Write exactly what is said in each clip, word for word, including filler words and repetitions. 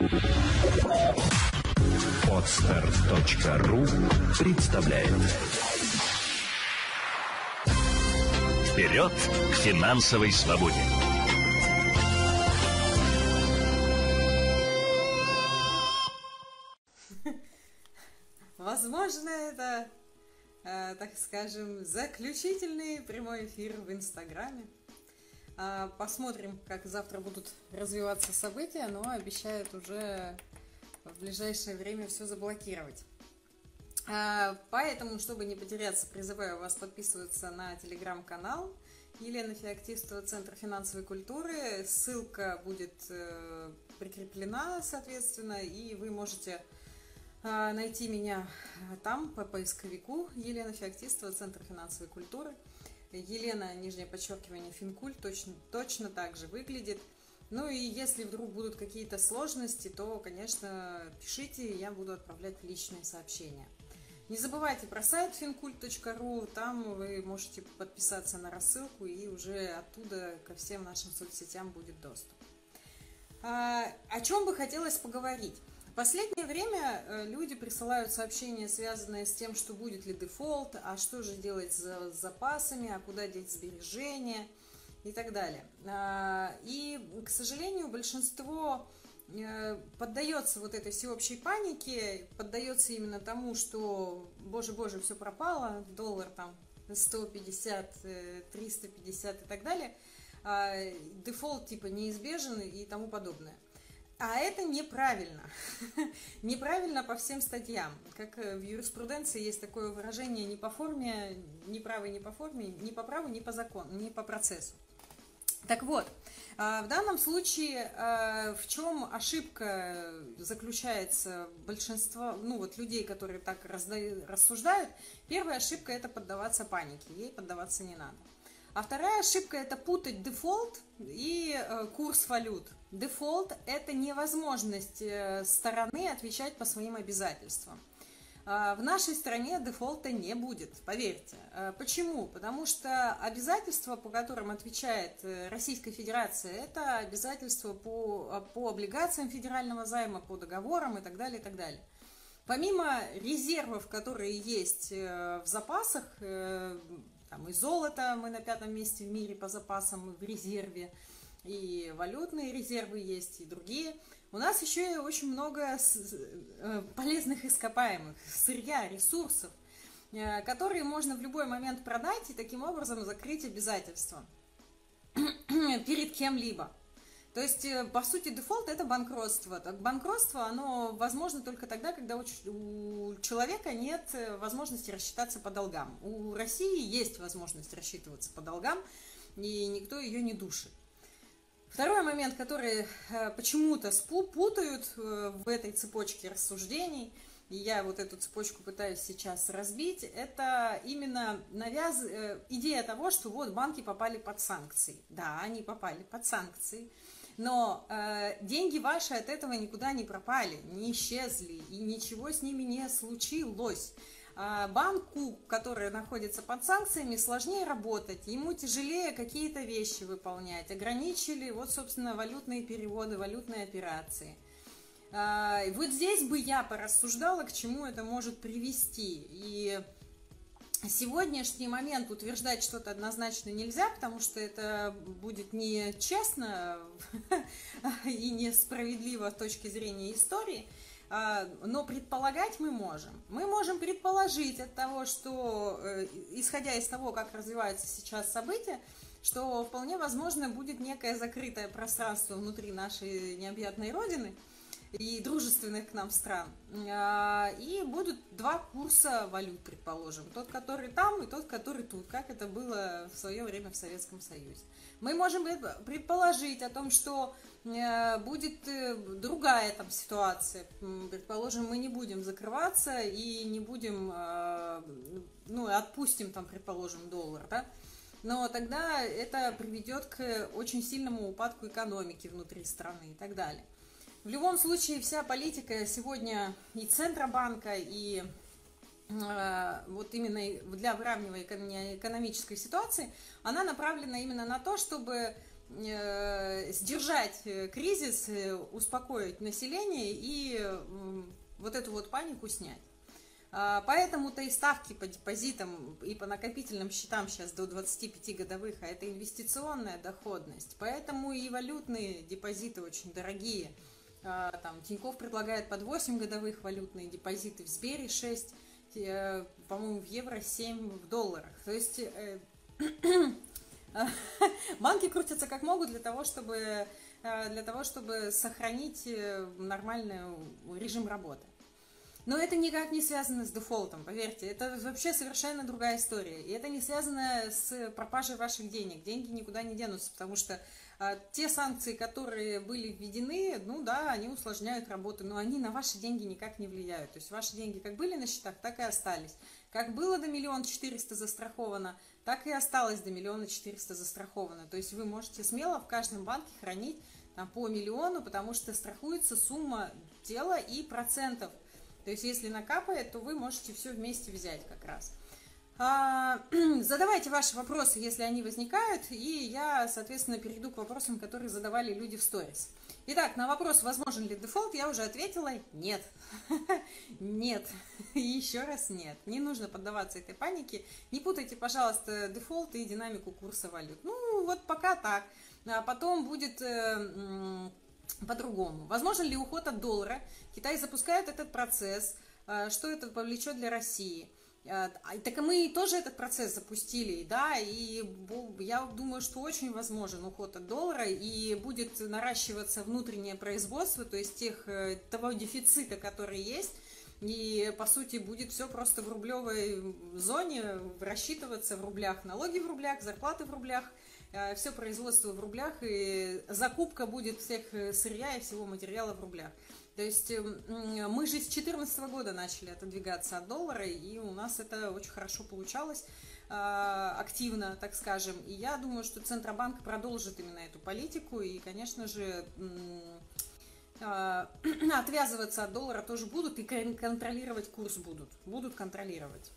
Подстер точка ру представляет. Вперед к финансовой свободе! Возможно, это, э, так скажем, заключительный прямой эфир в Инстаграме. Э, посмотрим, как завтра будут развиваться события, но обещают уже в ближайшее время все заблокировать. Э, поэтому, чтобы не потеряться, призываю вас подписываться на телеграм-канал Елена Феоктистова, Центр финансовой культуры. Ссылка будет э, прикреплена, соответственно, и вы можете найти меня там по поисковику Елена Феоктистова, Центр финансовой культуры. Елена, нижнее подчеркивание, Финкульт, точно, точно так же выглядит. Ну и если вдруг будут какие-то сложности, то, конечно, пишите, я буду отправлять личные сообщения. Не забывайте про сайт финкульт точка ру, там вы можете подписаться на рассылку, и уже оттуда ко всем нашим соцсетям будет доступ. А, о чем бы хотелось поговорить? В последнее время люди присылают сообщения, связанные с тем, что будет ли дефолт, а что же делать с запасами, а куда деть сбережения и так далее. И, к сожалению, большинство поддается вот этой всеобщей панике, поддается именно тому, что, боже-боже, все пропало, доллар там сто пятьдесят, триста пятьдесят и так далее, дефолт типа неизбежен и тому подобное. А это неправильно. Неправильно по всем статьям. Как в юриспруденции есть такое выражение: не по форме, не правы, не по форме, не по праву, не по закону, не по процессу. Так вот, в данном случае в чем ошибка заключается большинства, ну вот людей, которые так рассуждают? Первая ошибка – это поддаваться панике, ей поддаваться не надо. А вторая ошибка – это путать дефолт и э, курс валют. Дефолт – это невозможность э, стороны отвечать по своим обязательствам. Э, в нашей стране дефолта не будет, поверьте. Э, почему? Потому что обязательства, по которым отвечает э, Российская Федерация, это обязательства по, по облигациям федерального займа, по договорам и так далее, и так далее. Помимо резервов, которые есть э, в запасах, э, Там и золото, мы на пятом месте в мире по запасам в резерве, и валютные резервы есть, и другие. У нас еще и очень много полезных ископаемых, сырья, ресурсов, которые можно в любой момент продать и таким образом закрыть обязательства перед кем-либо. То есть, по сути, дефолт – это банкротство. Так, банкротство, оно возможно только тогда, когда у человека нет возможности рассчитаться по долгам. У России есть возможность рассчитываться по долгам, и никто ее не душит. Второй момент, который почему-то путают в этой цепочке рассуждений, и я вот эту цепочку пытаюсь сейчас разбить, это именно навяз... идея того, что вот банки попали под санкции. Да, они попали под санкции. Но э, деньги ваши от этого никуда не пропали, не исчезли, и ничего с ними не случилось. А банку, который находится под санкциями, сложнее работать, ему тяжелее какие-то вещи выполнять. Ограничили, вот, собственно, валютные переводы, валютные операции. А, вот здесь бы я порассуждала, к чему это может привести. И сегодняшний момент утверждать что-то однозначно нельзя, потому что это будет нечестно и несправедливо с точки зрения истории, но предполагать мы можем. Мы можем предположить от того, что, исходя из того, как развиваются сейчас события, что вполне возможно будет некое закрытое пространство внутри нашей необъятной Родины и дружественных к нам стран. И будут два курса валют, предположим. Тот, который там, и тот, который тут, как это было в свое время в Советском Союзе. Мы можем предположить о том, что будет другая там ситуация. Предположим, мы не будем закрываться и не будем, ну, отпустим там, предположим, доллар, да? Но тогда это приведет к очень сильному упадку экономики внутри страны и так далее. В любом случае, вся политика сегодня и Центробанка, и э, вот именно для выравнивания экономической ситуации, она направлена именно на то, чтобы сдержать кризис, успокоить население и вот эту вот панику снять. Поэтому-то и ставки по депозитам и по накопительным счетам сейчас до двадцати пяти годовых, а это инвестиционная доходность. Поэтому и валютные депозиты очень дорогие. Там Тинькофф предлагает под восемь годовых валютные депозиты, в Сбере шесть, по-моему, в евро семь в долларах. То есть банки крутятся как могут для того, чтобы, для того, чтобы сохранить нормальный режим работы. Но это никак не связано с дефолтом, поверьте, это вообще совершенно другая история. И это не связано с пропажей ваших денег. Деньги никуда не денутся, потому что а, те санкции, которые были введены, ну да, они усложняют работу, но они на ваши деньги никак не влияют. То есть ваши деньги как были на счетах, так и остались. Как было до миллиона четыреста застраховано, так и осталось до миллиона четыреста застраховано. То есть вы можете смело в каждом банке хранить там, по миллиону, потому что страхуется сумма дела и процентов. То есть, если накапает, то вы можете все вместе взять как раз. А, задавайте ваши вопросы, если они возникают, и я, соответственно, перейду к вопросам, которые задавали люди в сторис. Итак, на вопрос, возможен ли дефолт, я уже ответила нет. Нет. Еще раз нет. Не нужно поддаваться этой панике. Не путайте, пожалуйста, дефолт и динамику курса валют. Ну, вот пока так. А потом будет... по-другому. Возможен ли уход от доллара? Китай запускает этот процесс. Что это повлечет для России? Так и мы тоже этот процесс запустили, да, и я думаю, что очень возможен уход от доллара, и будет наращиваться внутреннее производство, то есть тех, того дефицита, который есть, и, по сути, будет все просто в рублевой зоне рассчитываться в рублях, налоги в рублях, зарплаты в рублях, все производство в рублях, и закупка будет всех сырья и всего материала в рублях. То есть мы же с две тысячи четырнадцатого года начали отодвигаться от доллара, и у нас это очень хорошо получалось, активно, так скажем. И я думаю, что Центробанк продолжит именно эту политику, и, конечно же, отвязываться от доллара тоже будут, и контролировать курс будут. Будут контролировать.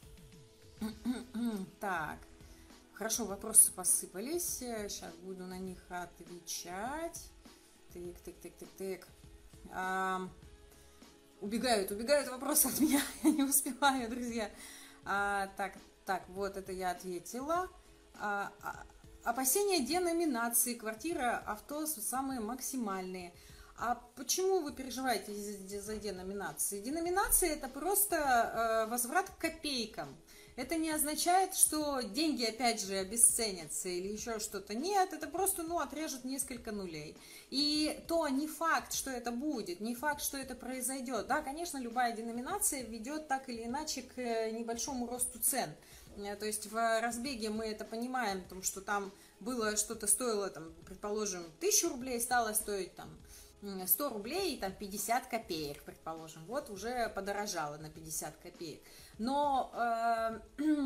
Так. Хорошо, вопросы посыпались. Сейчас буду на них отвечать. Тык, тык, тык, тык, тык. А, убегают, убегают вопросы от меня. Я не успеваю, друзья. А, так, так, вот это я ответила. А, а, опасения деноминации. Квартира, авто самые максимальные. А почему вы переживаете за деноминации? Деноминация – это просто э, возврат к копейкам. Это не означает, что деньги опять же обесценятся или еще что-то. Нет, это просто, ну, отрежут несколько нулей. И то не факт, что это будет, не факт, что это произойдет. Да, конечно, любая деноминация ведет так или иначе к небольшому росту цен. То есть в разбеге мы это понимаем, потому что там было что-то стоило, там, предположим, тысячу рублей, стало стоить там сто рублей и там пятьдесят копеек, предположим. Вот уже подорожало на пятьдесят копеек. Но, э,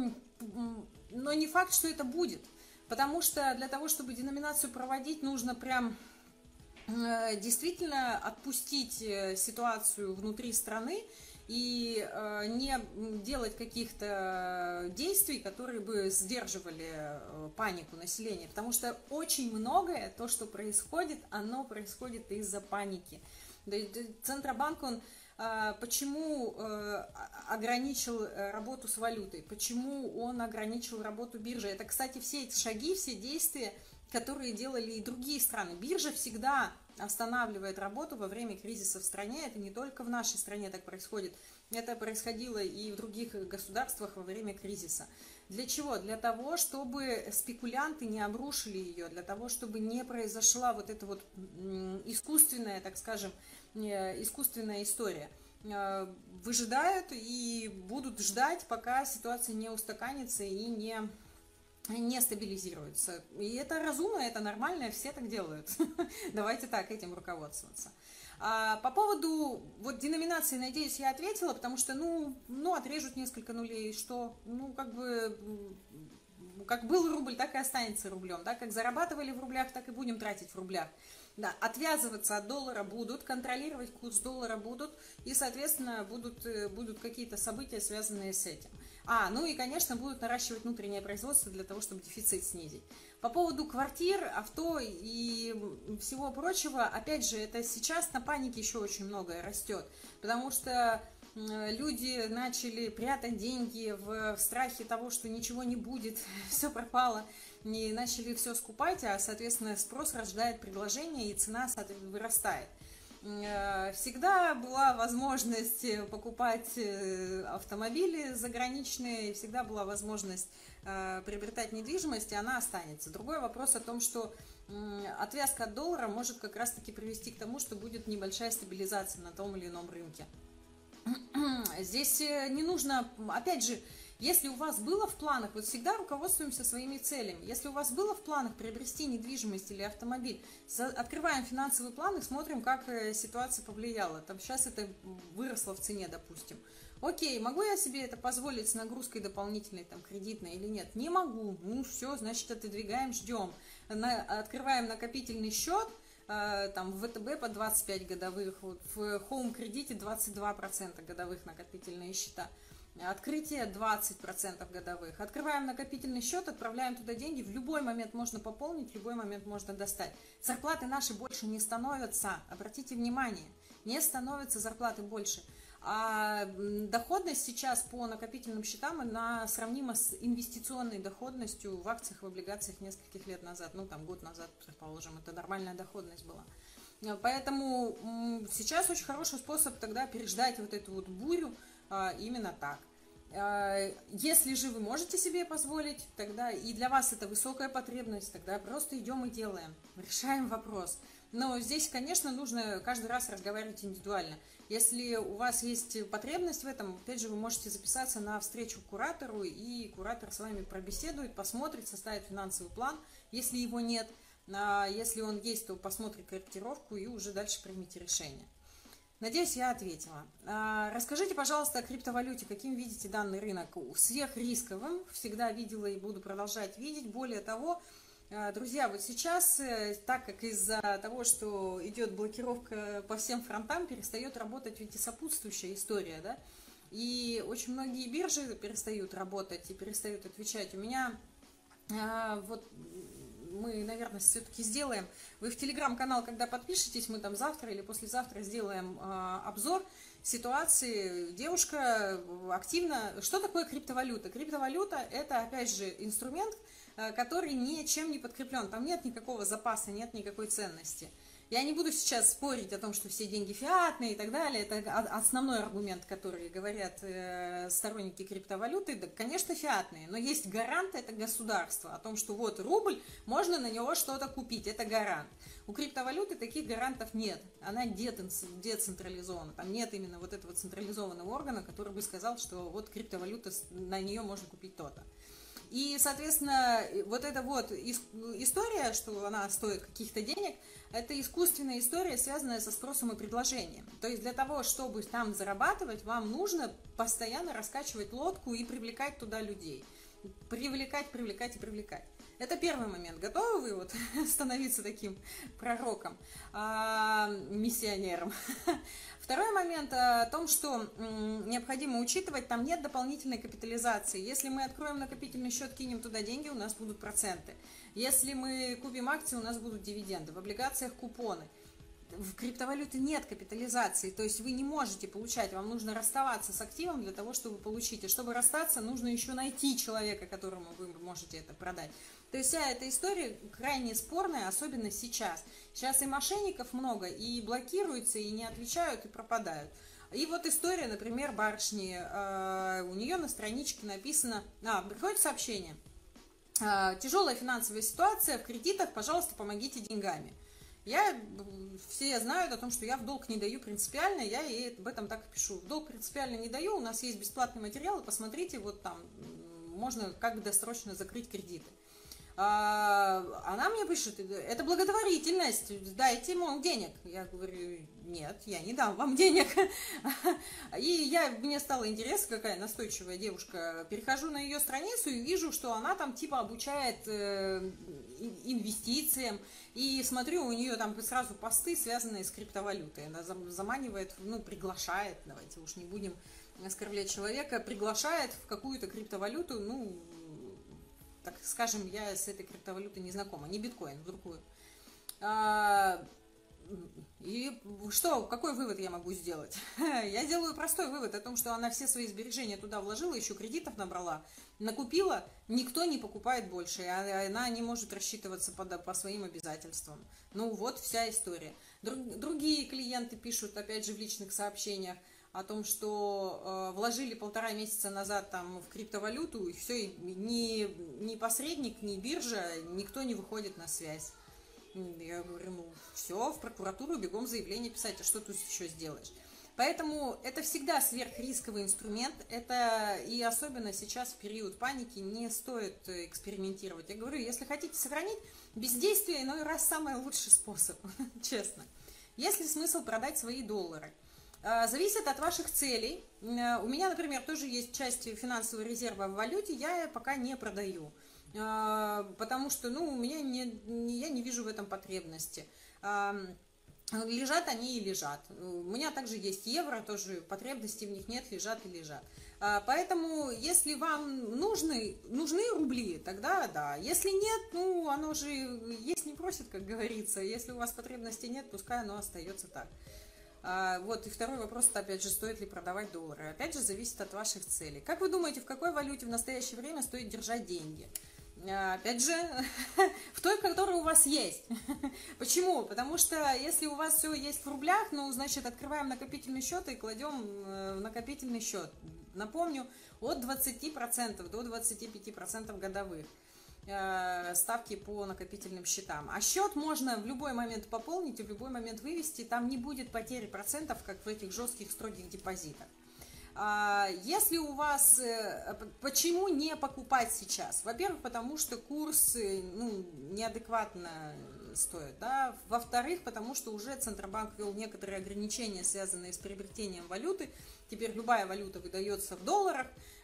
но не факт, что это будет. Потому что для того, чтобы деноминацию проводить, нужно прям э, действительно отпустить ситуацию внутри страны и э, не делать каких-то действий, которые бы сдерживали э, панику населения. Потому что очень многое, то, что происходит, оно происходит из-за паники. Центробанк, он э, почему э, ограничил работу с валютой, почему он ограничил работу биржи. Это, кстати, все эти шаги, все действия, которые делали и другие страны. Биржа всегда останавливает работу во время кризиса в стране. Это не только в нашей стране так происходит. Это происходило и в других государствах во время кризиса. Для чего? Для того, чтобы спекулянты не обрушили ее, для того, чтобы не произошла вот эта вот искусственная, так скажем, искусственная история. Выжидают и будут ждать, пока ситуация не устаканится и не... не стабилизируется. И это разумно, это нормально, все так делают. Давайте так этим руководствоваться. А по поводу вот деноминации, надеюсь, я ответила, потому что, ну, ну, отрежут несколько нулей, что, ну, как бы, как был рубль, так и останется рублем, да, как зарабатывали в рублях, так и будем тратить в рублях. Да, отвязываться от доллара будут, контролировать курс доллара будут, и, соответственно, будут, будут какие-то события, связанные с этим. А, ну и, конечно, будут наращивать внутреннее производство для того, чтобы дефицит снизить. По поводу квартир, авто и всего прочего, опять же, это сейчас на панике еще очень многое растет, потому что люди начали прятать деньги в, в страхе того, что ничего не будет, все пропало, и начали все скупать, а, соответственно, спрос рождает предложение, и цена, соответственно, вырастает. Всегда была возможность покупать автомобили заграничные, всегда была возможность приобретать недвижимость, и она останется. Другой вопрос о том, что отвязка от доллара может как раз-таки привести к тому, что будет небольшая стабилизация на том или ином рынке. Здесь не нужно, опять же, если у вас было в планах, вот всегда руководствуемся своими целями, если у вас было в планах приобрести недвижимость или автомобиль, открываем финансовый план и смотрим, как ситуация повлияла. Там сейчас это выросло в цене, допустим. Окей, могу я себе это позволить с нагрузкой дополнительной, там, кредитной или нет? Не могу. Ну, все, значит, отодвигаем, ждем. На, открываем накопительный счет, э, там, в вэ тэ бэ по двадцать пять годовых, вот, в Home кредите двадцать два процента годовых накопительные счета. Открытие двадцать процентов годовых. Открываем накопительный счет, отправляем туда деньги. В любой момент можно пополнить, в любой момент можно достать. Зарплаты наши больше не становятся. Обратите внимание, не становятся зарплаты больше. А доходность сейчас по накопительным счетам она сравнима с инвестиционной доходностью в акциях, в облигациях нескольких лет назад. Ну, там, год назад, предположим, это нормальная доходность была. Поэтому сейчас очень хороший способ тогда переждать вот эту вот бурю именно так. Если же вы можете себе позволить, тогда и для вас это высокая потребность, тогда просто идем и делаем, решаем вопрос. Но здесь, конечно, нужно каждый раз разговаривать индивидуально. Если у вас есть потребность в этом, опять же, вы можете записаться на встречу к куратору, и куратор с вами пробеседует, посмотрит, составит финансовый план, если его нет. Если он есть, то посмотрит корректировку и уже дальше примите решение. Надеюсь, я ответила. Расскажите, пожалуйста, о криптовалюте. Каким видите данный рынок? Сверхрисковым. Всегда видела и буду продолжать видеть. Более того, друзья, вот сейчас, так как из-за того, что идет блокировка по всем фронтам, перестает работать ведь и сопутствующая история, да? И очень многие биржи перестают работать и перестают отвечать. У меня вот... мы, наверное, все-таки сделаем. Вы в телеграм-канал, когда подпишетесь, мы там завтра или послезавтра сделаем э, обзор ситуации. Девушка активно... Что такое криптовалюта? Криптовалюта – это, опять же, инструмент, э, который ничем не подкреплен. Там нет никакого запаса, нет никакой ценности. Я не буду сейчас спорить о том, что все деньги фиатные и так далее. Это основной аргумент, который говорят э, сторонники криптовалюты. Да, конечно, фиатные, но есть гарант, это государство. О том, что вот рубль, можно на него что-то купить, это гарант. У криптовалюты таких гарантов нет. Она децентрализована. Там нет именно вот этого централизованного органа, который бы сказал, что вот криптовалюта, на нее можно купить то-то. И, соответственно, вот эта вот история, что она стоит каких-то денег, это искусственная история, связанная со спросом и предложением. То есть для того, чтобы там зарабатывать, вам нужно постоянно раскачивать лодку и привлекать туда людей. Привлекать, привлекать и привлекать. Это первый момент. Готовы вы вот становиться таким пророком, миссионером? Второй момент о том, что необходимо учитывать, там нет дополнительной капитализации. Если мы откроем накопительный счет, кинем туда деньги, у нас будут проценты. Если мы купим акции, у нас будут дивиденды. В облигациях купоны. В криптовалюте нет капитализации, то есть вы не можете получать, вам нужно расставаться с активом для того, чтобы получить. И чтобы расстаться, нужно еще найти человека, которому вы можете это продать. То есть вся эта история крайне спорная, особенно сейчас. Сейчас и мошенников много, и блокируются, и не отвечают, и пропадают. И вот история, например, барышни, э, у нее на страничке написано, а, приходит сообщение, э, тяжелая финансовая ситуация, в кредитах, пожалуйста, помогите деньгами. Я, все знают о том, что я в долг не даю принципиально, я ей об этом так и пишу. В долг принципиально не даю, у нас есть бесплатный материал, посмотрите, вот там можно как досрочно закрыть кредиты. А, она мне пишет, это благотворительность, дайте, мол, денег. Я говорю, нет, я не дам вам денег. И я, мне стало интересно, какая настойчивая девушка. Перехожу на ее страницу и вижу, что она там типа обучает э, инвестициям. И смотрю, у нее там сразу посты, связанные с криптовалютой. Она заманивает, ну, приглашает, давайте уж не будем оскорблять человека, приглашает в какую-то криптовалюту, ну, так скажем, я с этой криптовалютой не знакома, не биткоин, в другую. А, и что, какой вывод я могу сделать? Я делаю простой вывод о том, что она все свои сбережения туда вложила, еще кредитов набрала, накупила, никто не покупает больше, а она не может рассчитываться по, по своим обязательствам. Ну вот вся история. Друг, другие клиенты пишут, опять же, в личных сообщениях о том, что э, вложили полтора месяца назад там в криптовалюту, и все, и ни, ни посредник, ни биржа, никто не выходит на связь. Я говорю, ну все, в прокуратуру бегом заявление писать, а что тут еще сделаешь? Поэтому это всегда сверхрисковый инструмент, это и особенно сейчас в период паники не стоит экспериментировать. Я говорю, если хотите сохранить, бездействие иной раз самый лучший способ, честно. Есть ли смысл продать свои доллары? Зависит от ваших целей. У меня, например, тоже есть часть финансового резерва в валюте, я пока не продаю, потому что, ну, у меня не, я не вижу в этом потребности. Лежат они и лежат. У меня также есть евро, тоже потребностей в них нет, лежат и лежат. Поэтому, если вам нужны, нужны рубли, тогда да. Если нет, ну, оно же есть не просит, как говорится. Если у вас потребностей нет, пускай оно остается так. А, вот, и второй вопрос, это, опять же, стоит ли продавать доллары. Опять же, зависит от ваших целей. Как вы думаете, в какой валюте в настоящее время стоит держать деньги? А, опять же, в той, которая у вас есть. Почему? Потому что если у вас все есть в рублях, ну, значит, открываем накопительный счет и кладем в накопительный счет. Напомню, от двадцати процентов до двадцати пяти процентов годовых ставки по накопительным счетам. А счет можно в любой момент пополнить и в любой момент вывести, там не будет потери процентов, как в этих жестких строгих депозитах. Если у вас... Почему не покупать сейчас? Во-первых, потому что курс, ну, неадекватно стоит, да? Во-вторых, потому что уже Центробанк ввел некоторые ограничения, связанные с приобретением валюты. Теперь любая валюта выдается в долларах,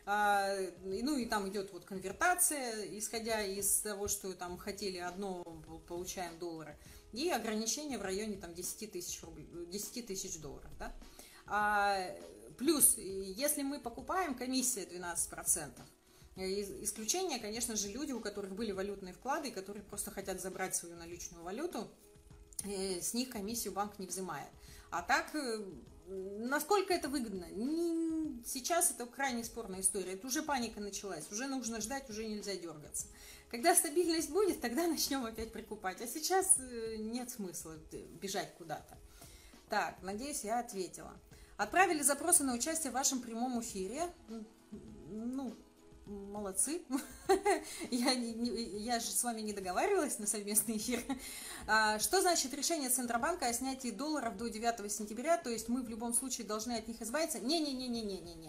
ну и там идет вот конвертация, исходя из того, что там хотели одно, получаем доллары, и ограничения в районе там десяти тысяч рублей, десяти тысяч долларов, да? А, плюс, если мы покупаем, комиссия двенадцать процентов. Исключение, конечно же, люди, у которых были валютные вклады, которые просто хотят забрать свою наличную валюту, с них комиссию банк не взимает. А так... Насколько это выгодно? Сейчас это крайне спорная история. Это уже паника началась. Уже нужно ждать, уже нельзя дергаться. Когда стабильность будет, тогда начнем опять прикупать. А сейчас нет смысла бежать куда-то. Так, надеюсь, я ответила. Отправили запросы на участие в вашем прямом эфире. Ну, молодцы. Я, я же с вами не договаривалась на совместный эфир. Что значит решение Центробанка о снятии долларов до девятого сентября? То есть мы в любом случае должны от них избавиться? Не-не-не-не-не-не-не.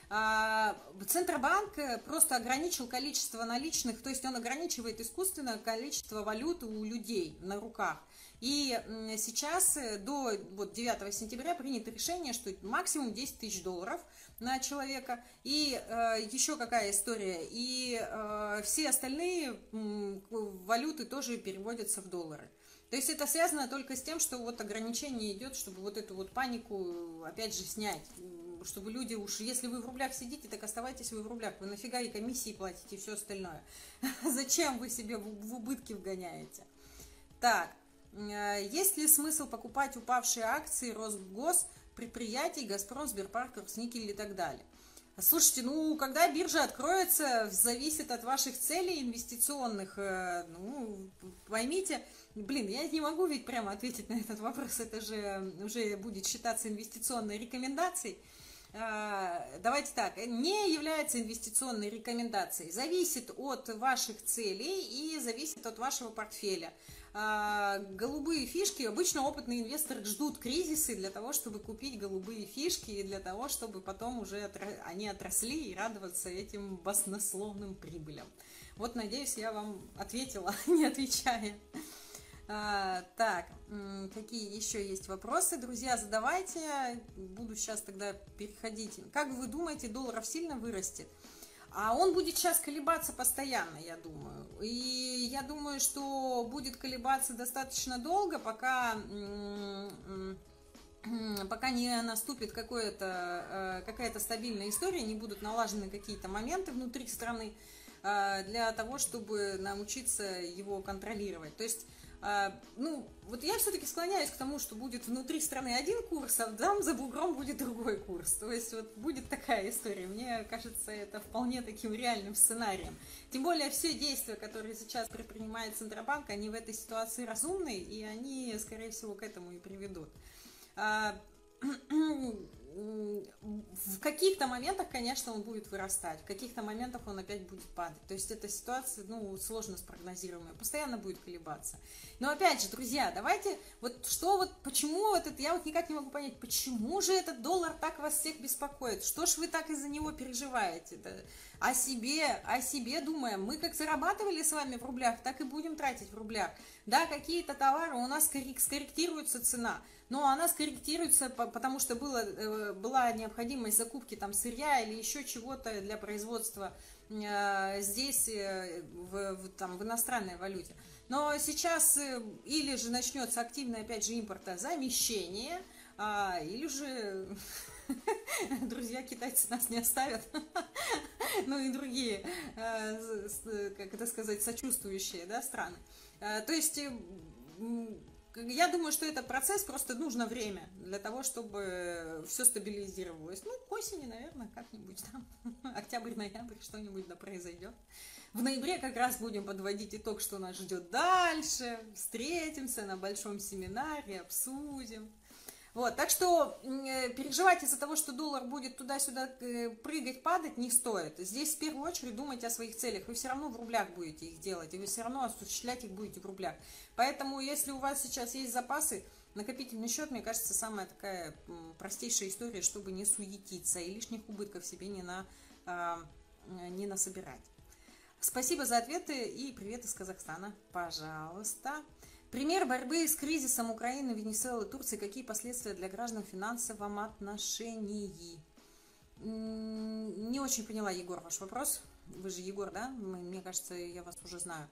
Центробанк просто ограничил количество наличных, то есть он ограничивает искусственно количество валюты у людей на руках. И сейчас до вот, девятого сентября принято решение, что максимум десять тысяч долларов на человека. И э, еще какая история. И э, все остальные э, валюты тоже переводятся в доллары. То есть это связано только с тем, что вот ограничение идет, чтобы вот эту вот панику опять же снять. Чтобы люди уж, если вы в рублях сидите, так оставайтесь вы в рублях. Вы нафига и комиссии платите, и все остальное. Зачем вы себе в убытки вгоняете? Так. Есть ли смысл покупать упавшие акции Росгос, предприятий, Газпром, Сбербанк, Росникель и так далее? Слушайте, ну, когда биржа откроется, зависит от ваших целей инвестиционных. Ну, поймите, блин, я не могу ведь прямо ответить на этот вопрос, это же уже будет считаться инвестиционной рекомендацией. Давайте так, не является инвестиционной рекомендацией, зависит от ваших целей и зависит от вашего портфеля. а, голубые фишки, обычно опытные инвесторы ждут кризисы для того, чтобы купить голубые фишки и для того, чтобы потом уже отро... они отросли и радоваться этим баснословным прибылям. Вот, надеюсь, я вам ответила, не отвечая. А, так, какие еще есть вопросы? Друзья, задавайте. Буду сейчас тогда переходить. Как вы думаете, долларов сильно вырастет? А он будет сейчас колебаться постоянно, я думаю. И я думаю, что будет колебаться достаточно долго, пока, пока не наступит какое-то, какая-то стабильная история, не будут налажены какие-то моменты внутри страны для того, чтобы научиться его контролировать. То есть, ну, вот я все-таки склоняюсь к тому, что будет внутри страны один курс, а там за бугром будет другой курс. То есть вот будет такая история. Мне кажется, это вполне таким реальным сценарием. Тем более все действия, которые сейчас предпринимает Центробанк, они в этой ситуации разумные, и они, скорее всего, к этому и приведут. В каких-то моментах, конечно, он будет вырастать, в каких-то моментах он опять будет падать. То есть эта ситуация, ну, сложно спрогнозируемая, постоянно будет колебаться. Но опять же, друзья, давайте, вот что вот, почему этот, я вот никак не могу понять, почему же этот доллар так вас всех беспокоит? Что ж вы так из-за него переживаете-то? О себе, о себе думаем. Мы как зарабатывали с вами в рублях, так и будем тратить в рублях. Да, какие-то товары у нас скорректируется цена, но она скорректируется, потому что было, была необходимость закупки там сырья или еще чего-то для производства э, здесь, э, в, в, там, в иностранной валюте. Но сейчас э, или же начнется активное, опять же, импортозамещение, а, или же, друзья, китайцы нас не оставят, ну и другие, как это сказать, сочувствующие, да, страны. То есть я думаю, что этот процесс просто нужно время для того, чтобы все стабилизировалось. Ну, к осени, наверное, как-нибудь там, октябрь-ноябрь, что-нибудь да произойдет. В ноябре как раз будем подводить итог, что нас ждет дальше. Встретимся на большом семинаре, обсудим. Вот, так что э, переживать из-за того, что доллар будет туда-сюда э, прыгать, падать, не стоит. Здесь в первую очередь думайте о своих целях. Вы все равно в рублях будете их делать, и вы все равно осуществлять их будете в рублях. Поэтому, если у вас сейчас есть запасы, накопительный счет, мне кажется, самая такая м, простейшая история, чтобы не суетиться и лишних убытков себе не, на, э, не насобирать. Спасибо за ответы и привет из Казахстана. Пожалуйста. Пример борьбы с кризисом Украины, Венесуэлы, Турции. Какие последствия для граждан в финансовом отношении? Не очень поняла, Егор, ваш вопрос. Вы же Егор, да? Мне кажется, я вас уже знаю.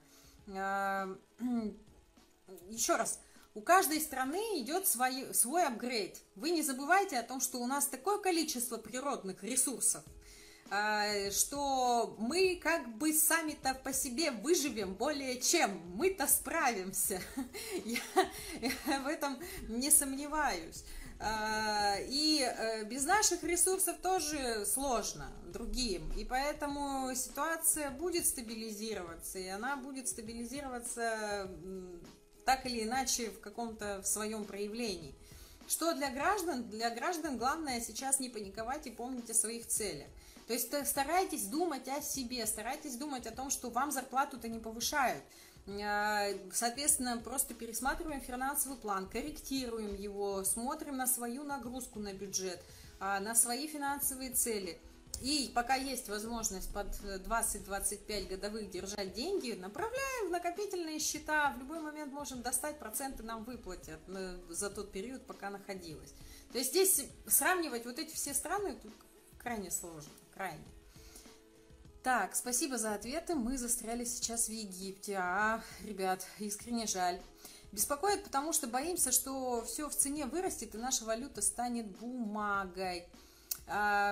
Еще раз. У каждой страны идет свой, свой апгрейд. Вы не забывайте о том, что у нас такое количество природных ресурсов, что мы как бы сами-то по себе выживем более чем. Мы-то справимся. Я, я в этом не сомневаюсь. И без наших ресурсов тоже сложно другим. И поэтому ситуация будет стабилизироваться. И она будет стабилизироваться так или иначе в каком-то в своем проявлении. Что для граждан? Для граждан главное сейчас не паниковать и помнить о своих целях. То есть старайтесь думать о себе, старайтесь думать о том, что вам зарплату-то не повышают. Соответственно, просто пересматриваем финансовый план, корректируем его, смотрим на свою нагрузку на бюджет, на свои финансовые цели. И пока есть возможность под двадцать-двадцать пять годовых держать деньги, направляем в накопительные счета. В любой момент можем достать, проценты нам выплатят за тот период, пока находилась. То есть здесь сравнивать вот эти все страны тут крайне сложно. Крайне. Так, спасибо за ответы. Мы застряли сейчас в Египте. А, ребят, искренне жаль. Беспокоит, потому что боимся, что все в цене вырастет, и наша валюта станет бумагой. А,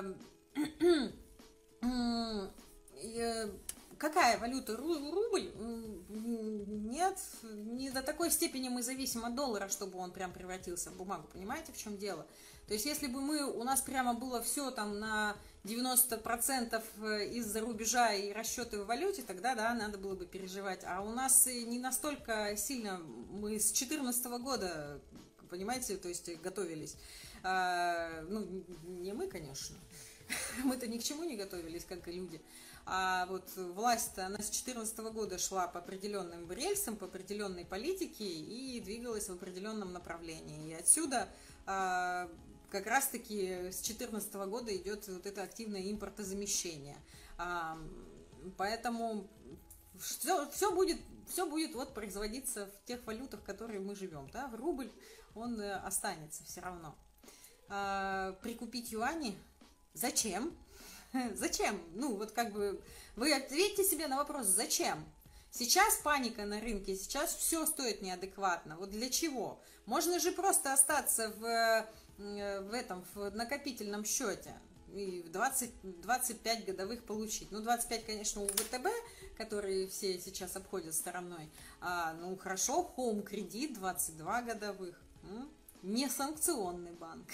какая валюта? Рубль? Нет, не до такой степени мы зависим от доллара, чтобы он прям превратился в бумагу. Понимаете, в чем дело? То есть, если бы мы, у нас прямо было все там на девяносто процентов из-за рубежа и расчеты в валюте, тогда, да, надо было бы переживать. А у нас не настолько сильно, мы с две тысячи четырнадцатого года, понимаете, то есть готовились. А, ну, не мы, конечно. Мы-то ни к чему не готовились, как и люди. А вот власть, она с две тысячи четырнадцатого года шла по определенным рельсам, по определенной политике и двигалась в определенном направлении. И отсюда а, как раз-таки с две тысячи четырнадцатого года идет вот это активное импортозамещение. А, поэтому все, все будет, все будет вот производиться в тех валютах, в которых мы живем. Да? В рубль он останется все равно. А, прикупить юани? Зачем? Зачем? Ну, вот как бы вы ответьте себе на вопрос, зачем? Сейчас паника на рынке, сейчас все стоит неадекватно. Вот для чего? Можно же просто остаться в, в этом, в накопительном счете и двадцать, двадцать пять годовых получить. Ну, двадцать пять, конечно, у ВТБ, которые все сейчас обходят стороной. А, ну, хорошо, Home кредит двадцать два годовых. Не санкционный банк.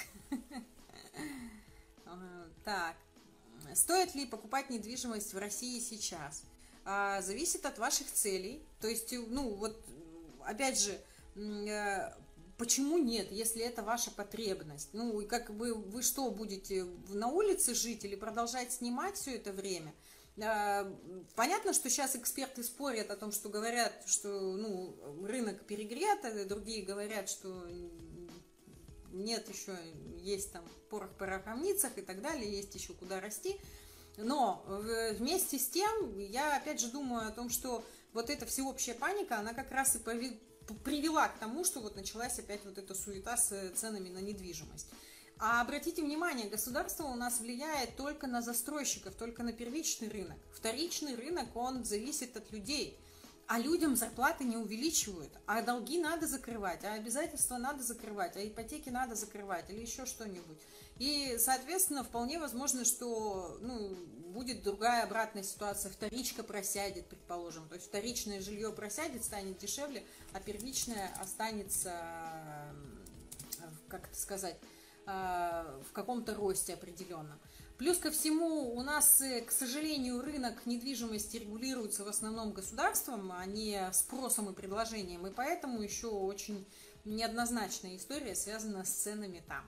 Так. Стоит ли покупать недвижимость в России сейчас? А, зависит от ваших целей. То есть, ну, вот, опять же, почему нет, если это ваша потребность? Ну, как бы вы что, будете на улице жить или продолжать снимать все это время? А, понятно, что сейчас эксперты спорят о том, что говорят, что, ну, рынок перегрет, а другие говорят, что нет, еще есть там порох в пороховницах и так далее, есть еще куда расти. Но вместе с тем, я опять же думаю о том, что вот эта всеобщая паника, она как раз и привела к тому, что вот началась опять вот эта суета с ценами на недвижимость. А обратите внимание, государство у нас влияет только на застройщиков, только на первичный рынок. Вторичный рынок, он зависит от людей. А людям зарплаты не увеличивают, а долги надо закрывать, а обязательства надо закрывать, а ипотеки надо закрывать или еще что-нибудь. И, соответственно, вполне возможно, что, ну, будет другая обратная ситуация, вторичка просядет, предположим. То есть вторичное жилье просядет, станет дешевле, а первичное останется, как это сказать, в каком-то росте определенном. Плюс ко всему, у нас, к сожалению, рынок недвижимости регулируется в основном государством, а не спросом и предложением, и поэтому еще очень неоднозначная история связана с ценами там.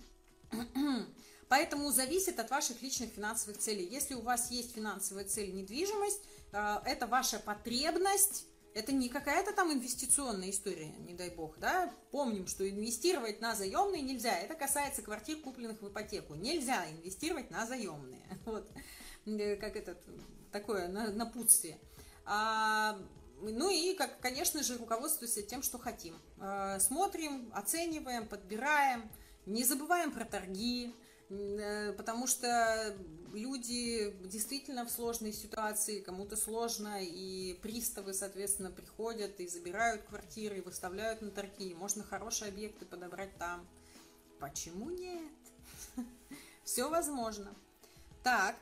Поэтому зависит от ваших личных финансовых целей. Если у вас есть финансовая цель недвижимость, это ваша потребность. Это не какая-то там инвестиционная история, не дай бог, да? Помним, что инвестировать на заемные нельзя. Это касается квартир, купленных в ипотеку. Нельзя инвестировать на заемные. Вот, как это, такое напутствие. А, ну и, как, конечно же, руководствуемся тем, что хотим. А, смотрим, оцениваем, подбираем, не забываем про торги, потому что люди действительно в сложной ситуации, кому-то сложно, и приставы, соответственно, приходят и забирают квартиры, и выставляют на торги, и можно хорошие объекты подобрать там. Почему нет? Все возможно. Так.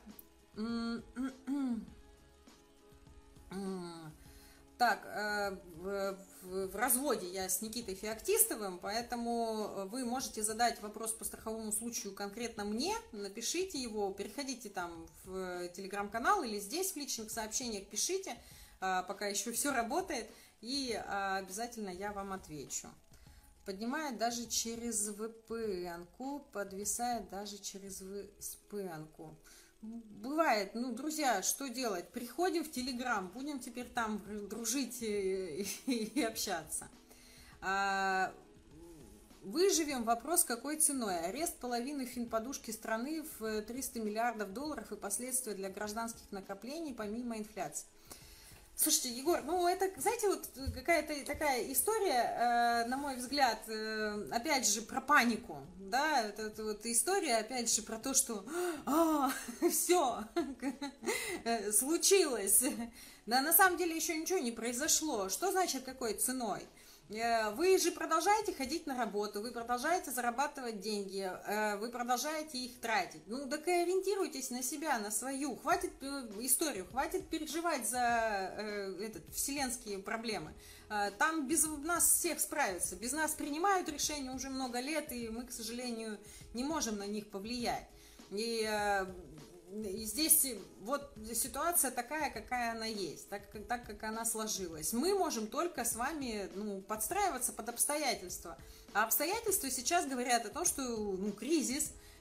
Так, в, в, в разводе я с Никитой Феоктистовым, поэтому вы можете задать вопрос по страховому случаю конкретно мне, напишите его, переходите там в телеграм-канал или здесь в личных сообщениях пишите, пока еще все работает, и обязательно я вам отвечу. Поднимает даже через вэ пэ эн-ку, подвисает даже через вэ эс пэ эн-ку. Бывает, ну, друзья, что делать? Приходим в Телеграм, будем теперь там дружить и, и, и общаться. А, выживем, вопрос какой ценой? Арест половины финподушки страны в триста миллиардов долларов и последствия для гражданских накоплений помимо инфляции. Слушайте, Егор, ну это, знаете, вот какая-то такая история, э, на мой взгляд, э, опять же, про панику, да, это, это вот история, опять же, про то, что а, все случилось, да, на самом деле еще ничего не произошло. Что значит какой ценой? Вы же продолжаете ходить на работу, вы продолжаете зарабатывать деньги, вы продолжаете их тратить. Ну, так и ориентируйтесь на себя, на свою. Хватит историю, хватит переживать за э, этот, вселенские проблемы. Там без нас всех справятся. Без нас принимают решения уже много лет, и мы, к сожалению, не можем на них повлиять. И... И здесь вот ситуация такая, какая она есть, так, так как она сложилась. Мы можем только с вами, ну, подстраиваться под обстоятельства. А обстоятельства сейчас говорят о том, что, ну, кризис,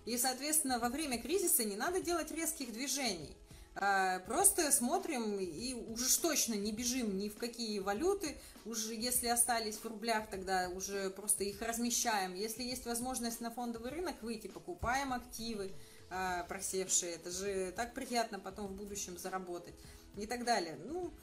И, соответственно, во время кризиса не надо делать резких движений. Просто смотрим и уже точно не бежим ни в какие валюты, уже если остались в рублях, тогда уже просто их размещаем. Если есть возможность на фондовый рынок выйти, покупаем активы просевшие, это же так приятно потом в будущем заработать и так далее. Ну,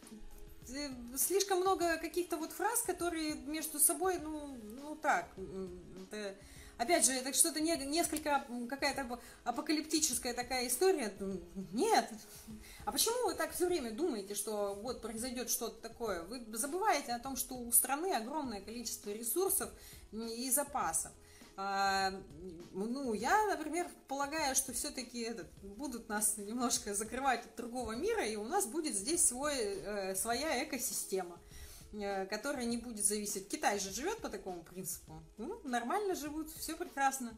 слишком много каких-то вот фраз, которые между собой, ну, ну так, это... Опять же, это что-то не, несколько, какая-то апокалиптическая такая история. Нет. А почему вы так все время думаете, что вот произойдет что-то такое? Вы забываете о том, что у страны огромное количество ресурсов и запасов. А, ну, я, например, полагаю, что все-таки будут нас немножко закрывать от другого мира, и у нас будет здесь свой, э, своя экосистема, которая не будет зависеть. Китай же живет по такому принципу. Ну, нормально живут, все прекрасно.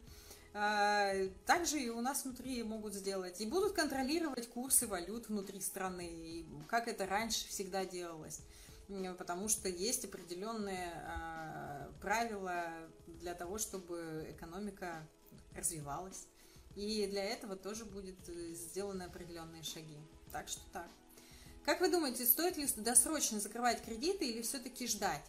Так же и у нас внутри могут сделать. И будут контролировать курсы валют внутри страны, как это раньше всегда делалось. Потому что есть определенные правила для того, чтобы экономика развивалась. И для этого тоже будут сделаны определенные шаги. Так что так. Как вы думаете, стоит ли досрочно закрывать кредиты или все-таки ждать?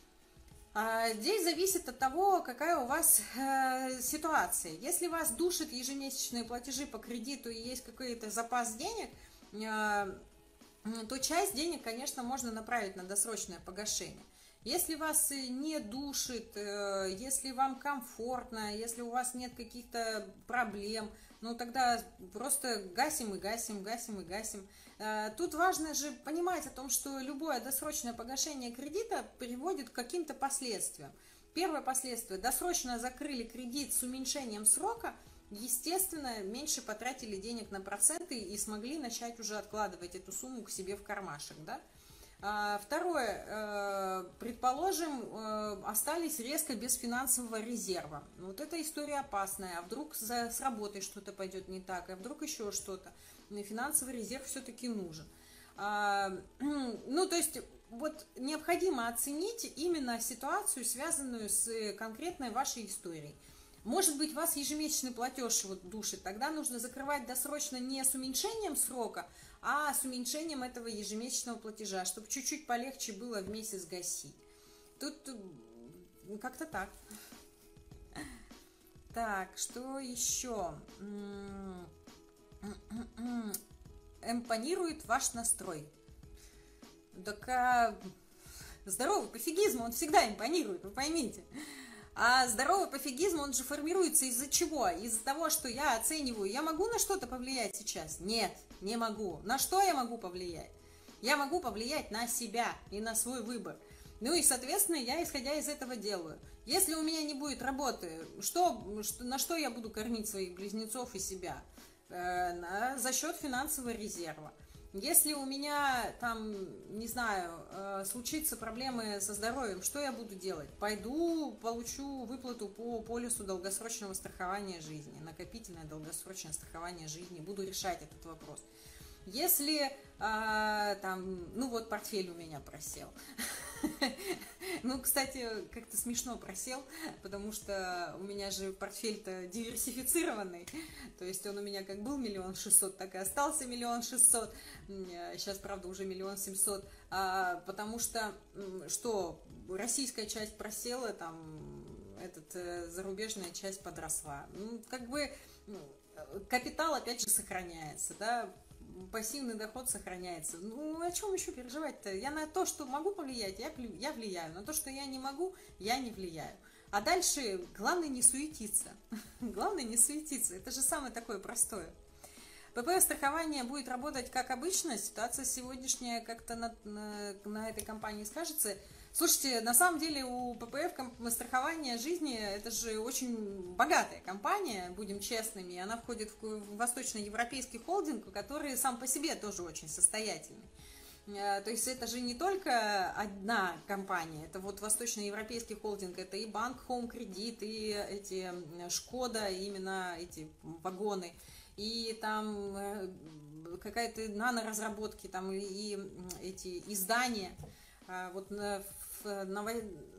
А, здесь зависит от того, какая у вас э, ситуация. Если вас душат ежемесячные платежи по кредиту и есть какой-то запас денег, э, то часть денег, конечно, можно направить на досрочное погашение. Если вас не душит, э, если вам комфортно, если у вас нет каких-то проблем, ну тогда просто гасим и гасим, гасим и гасим. Тут важно же понимать о том, что любое досрочное погашение кредита приводит к каким-то последствиям. Первое последствие – досрочно закрыли кредит с уменьшением срока, естественно, меньше потратили денег на проценты и смогли начать уже откладывать эту сумму к себе в кармашек, да? Второе, предположим, остались резко без финансового резерва. Вот эта история опасная, а вдруг с работой что-то пойдет не так, а вдруг еще что-то. Финансовый резерв все-таки нужен. Ну, то есть, вот необходимо оценить именно ситуацию, связанную с конкретной вашей историей. Может быть, вас ежемесячный платеж вот душит, тогда нужно закрывать досрочно не с уменьшением срока, а с уменьшением этого ежемесячного платежа, чтобы чуть-чуть полегче было в месяц гасить. Тут как-то так. Так, что еще? Эмпонирует ваш настрой. Так а, здоровый пофигизм, он всегда импонирует, вы поймите. А здоровый пофигизм, он же формируется из-за чего? Из-за того, что я оцениваю, я могу на что-то повлиять сейчас? Нет, не могу. На что я могу повлиять? Я могу повлиять на себя и на свой выбор. Ну и, соответственно, я, исходя из этого, делаю. Если у меня не будет работы, что, что, на что я буду кормить своих близнецов и себя? Э, за счет финансового резерва. Если у меня там, не знаю, э, случится проблемы со здоровьем, что я буду делать? Пойду, получу выплату по полису долгосрочного страхования жизни, накопительное долгосрочное страхование жизни, буду решать этот вопрос. Если э, там, ну вот портфель у меня просел. Ну, кстати, как-то смешно просел, потому что у меня же портфель-то диверсифицированный. То есть он у меня как был миллион шестьсот, так и остался миллион шестьсот. Сейчас, правда, уже миллион семьсот. А, потому что, что российская часть просела, там, этот, зарубежная часть подросла. Ну, как бы капитал, опять же, сохраняется, да, пассивный доход сохраняется. Ну, о чем еще переживать-то? Я на то, что могу повлиять, я, я влияю. На то, что я не могу, я не влияю. А дальше главное не суетиться. Главное не суетиться. Это же самое такое простое. ПП-страхование будет работать как обычно. Ситуация сегодняшняя как-то на, на, на этой компании скажется. Слушайте, на самом деле у ППФ страхование жизни это же очень богатая компания, будем честными. Она входит в восточноевропейский холдинг, который сам по себе тоже очень состоятельный. То есть это же не только одна компания, это вот восточноевропейский холдинг, это и банк Home Credit, и эти Шкода, и именно эти вагоны, и там какая-то наноразработки, там и эти издания. Вот в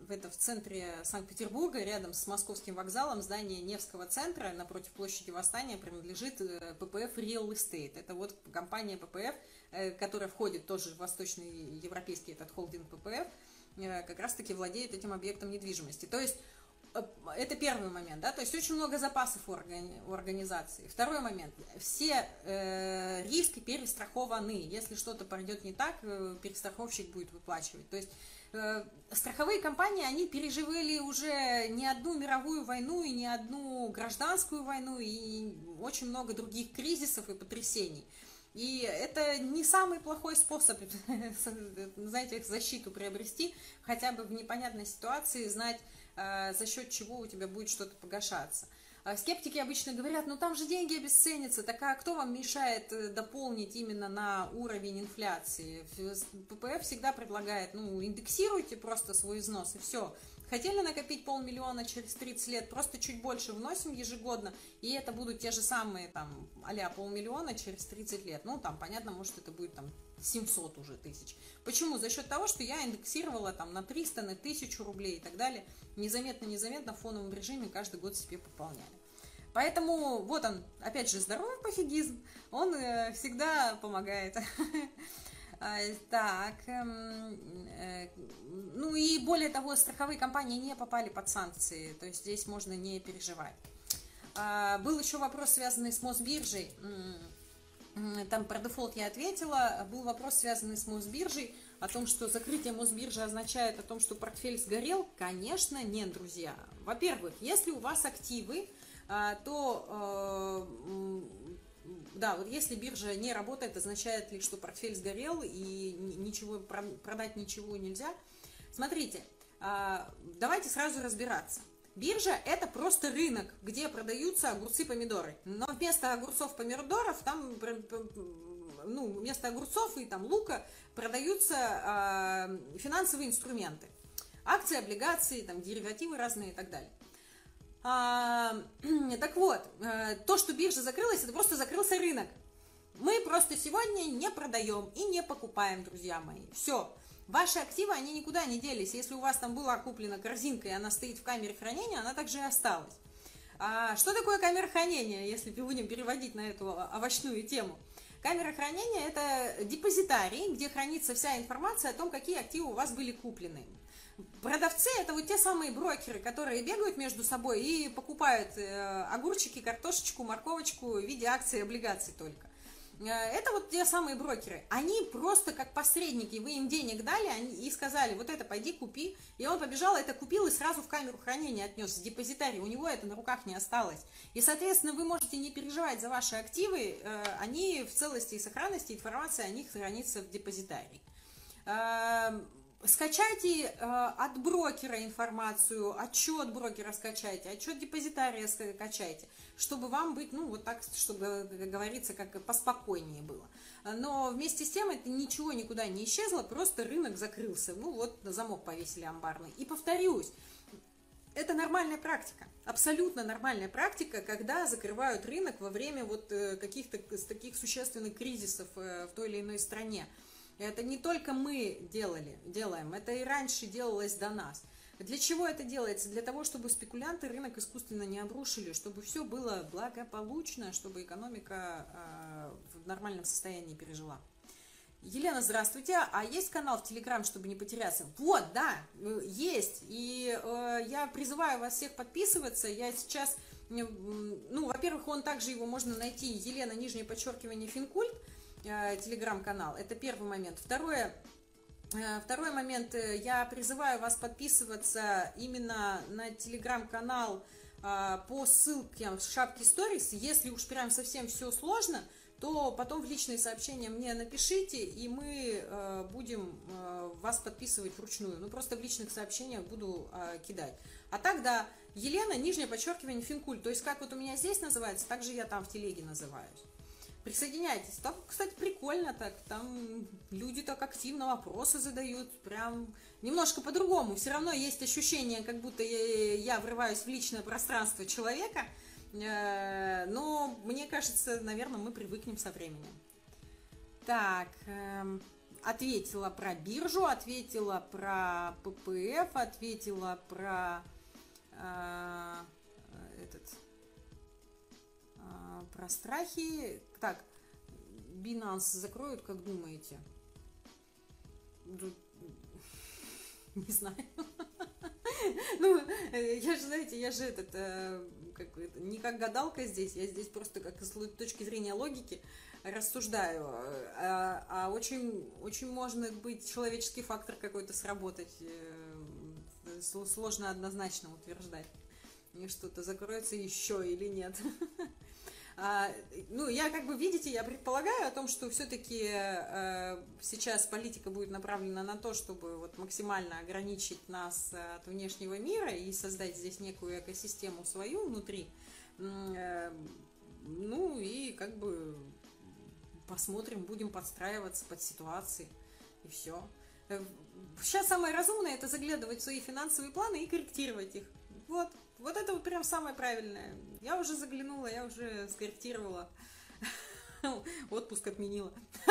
в, это, в центре Санкт-Петербурга, рядом с Московским вокзалом, здание Невского центра, напротив площади Восстания, принадлежит пэ пэ эф Real Estate. Это вот компания пэ пэ эф, которая входит тоже в восточный европейский этот холдинг пэ пэ эф, как раз-таки владеет этим объектом недвижимости. То есть это первый момент, да, то есть очень много запасов у, органи- у организации. Второй момент, все э, риски перестрахованы, если что-то пойдет не так, э, перестраховщик будет выплачивать. То есть э, страховые компании, они переживали уже не одну мировую войну и не одну гражданскую войну и очень много других кризисов и потрясений. И это не самый плохой способ, знаете, защиту приобрести, хотя бы в непонятной ситуации знать, за счет чего у тебя будет что-то погашаться. Скептики обычно говорят, ну там же деньги обесценятся, так а кто вам мешает дополнить именно на уровень инфляции? пэ пэ эф всегда предлагает, ну индексируйте просто свой износ и все. Хотели накопить полмиллиона через тридцать лет, просто чуть больше вносим ежегодно, и это будут те же самые там а-ля полмиллиона через тридцать лет. Ну там понятно, может это будет там семьсот уже тысяч. Почему? За счет того, что я индексировала там на триста, на тысячу рублей и так далее. Незаметно-незаметно в фоновом режиме каждый год себе пополняли. Поэтому вот он, опять же, здоровый пофигизм, он э, всегда помогает. Так, ну и более того, страховые компании не попали под санкции, то есть здесь можно не переживать. Был еще вопрос, связанный с Мосбиржей. Там про дефолт я ответила. Был вопрос, связанный с Мосбиржей, о том, что закрытие Мосбиржи означает о том, что портфель сгорел. Конечно, нет, друзья. Во-первых, если у вас активы, то, да, вот если биржа не работает, означает ли, что портфель сгорел и ничего, продать ничего нельзя? Смотрите, давайте сразу разбираться. Биржа – это просто рынок, где продаются огурцы, помидоры. Но вместо огурцов, помидоров, там, ну, вместо огурцов и там лука продаются э, финансовые инструменты. Акции, облигации, там, деривативы разные и так далее. А, так вот, э, то, что биржа закрылась, это просто закрылся рынок. Мы просто сегодня не продаем и не покупаем, друзья мои. Все. Ваши активы, они никуда не делись. Если у вас там была куплена корзинка, и она стоит в камере хранения, она также и осталась. А что такое камера хранения, если будем переводить на эту овощную тему? Камера хранения – это депозитарий, где хранится вся информация о том, какие активы у вас были куплены. Продавцы – это вот те самые брокеры, которые бегают между собой и покупают огурчики, картошечку, морковочку в виде акций и облигаций только. Это вот те самые брокеры. Они просто как посредники, вы им денег дали они, и сказали, вот это пойди купи. И он побежал, это купил и сразу в камеру хранения отнес, с депозитария. У него это на руках не осталось. И, соответственно, вы можете не переживать за ваши активы. Они в целости и сохранности, информация о них хранится в депозитарии. Скачайте э, от брокера информацию, отчет брокера скачайте, отчет депозитария скачайте, чтобы вам быть, ну, вот так, чтобы, как говорится, как поспокойнее было. Но вместе с тем это ничего никуда не исчезло, просто рынок закрылся. Ну, вот замок повесили амбарный. И повторюсь, это нормальная практика, абсолютно нормальная практика, когда закрывают рынок во время вот каких-то таких существенных кризисов в той или иной стране. Это не только мы делали, делаем, это и раньше делалось до нас. Для чего это делается? Для того, чтобы спекулянты рынок искусственно не обрушили, чтобы все было благополучно, чтобы экономика э, в нормальном состоянии пережила. Елена, здравствуйте. А есть канал в Телеграм, чтобы не потеряться? Вот, да, есть. И э, я призываю вас всех подписываться. Я сейчас, ну, во-первых, он также его можно найти, Елена, нижнее подчеркивание, Финкульт. Телеграм-канал. Это первый момент. Второе, второй момент. Я призываю вас подписываться именно на телеграм-канал по ссылке в шапке Stories. Если уж прям совсем все сложно, то потом в личные сообщения мне напишите, и мы будем вас подписывать вручную. Ну, просто в личных сообщениях буду кидать. А так, да, Елена, нижнее подчеркивание, Финкульт. То есть, как вот у меня здесь называется, так же я там в телеге называюсь. Присоединяйтесь. Там, кстати, прикольно так. Там люди так активно вопросы задают. Прям немножко по-другому. Все равно есть ощущение, как будто я, я врываюсь в личное пространство человека. Но мне кажется, наверное, мы привыкнем со временем. Так. ответила про биржу, ответила про пэ пэ эф, ответила про э, этот, э, про страхи. Так, Binance закроют, как думаете? Не знаю. Ну, я же, знаете, я же этот, как, не как гадалка здесь, я здесь просто как с точки зрения логики рассуждаю. А, а очень, очень может быть человеческий фактор какой-то сработать. Сложно однозначно утверждать, что-то закроется еще или нет. А, ну, я как бы, видите, я предполагаю о том, что все-таки э, сейчас политика будет направлена на то, чтобы вот максимально ограничить нас от внешнего мира и создать здесь некую экосистему свою внутри. Э, ну, и как бы посмотрим, будем подстраиваться под ситуации, и все. Сейчас самое разумное — это заглядывать в свои финансовые планы и корректировать их. Вот. Вот это вот прям самое правильное. Я уже заглянула, я уже скорректировала. Отпуск отменила.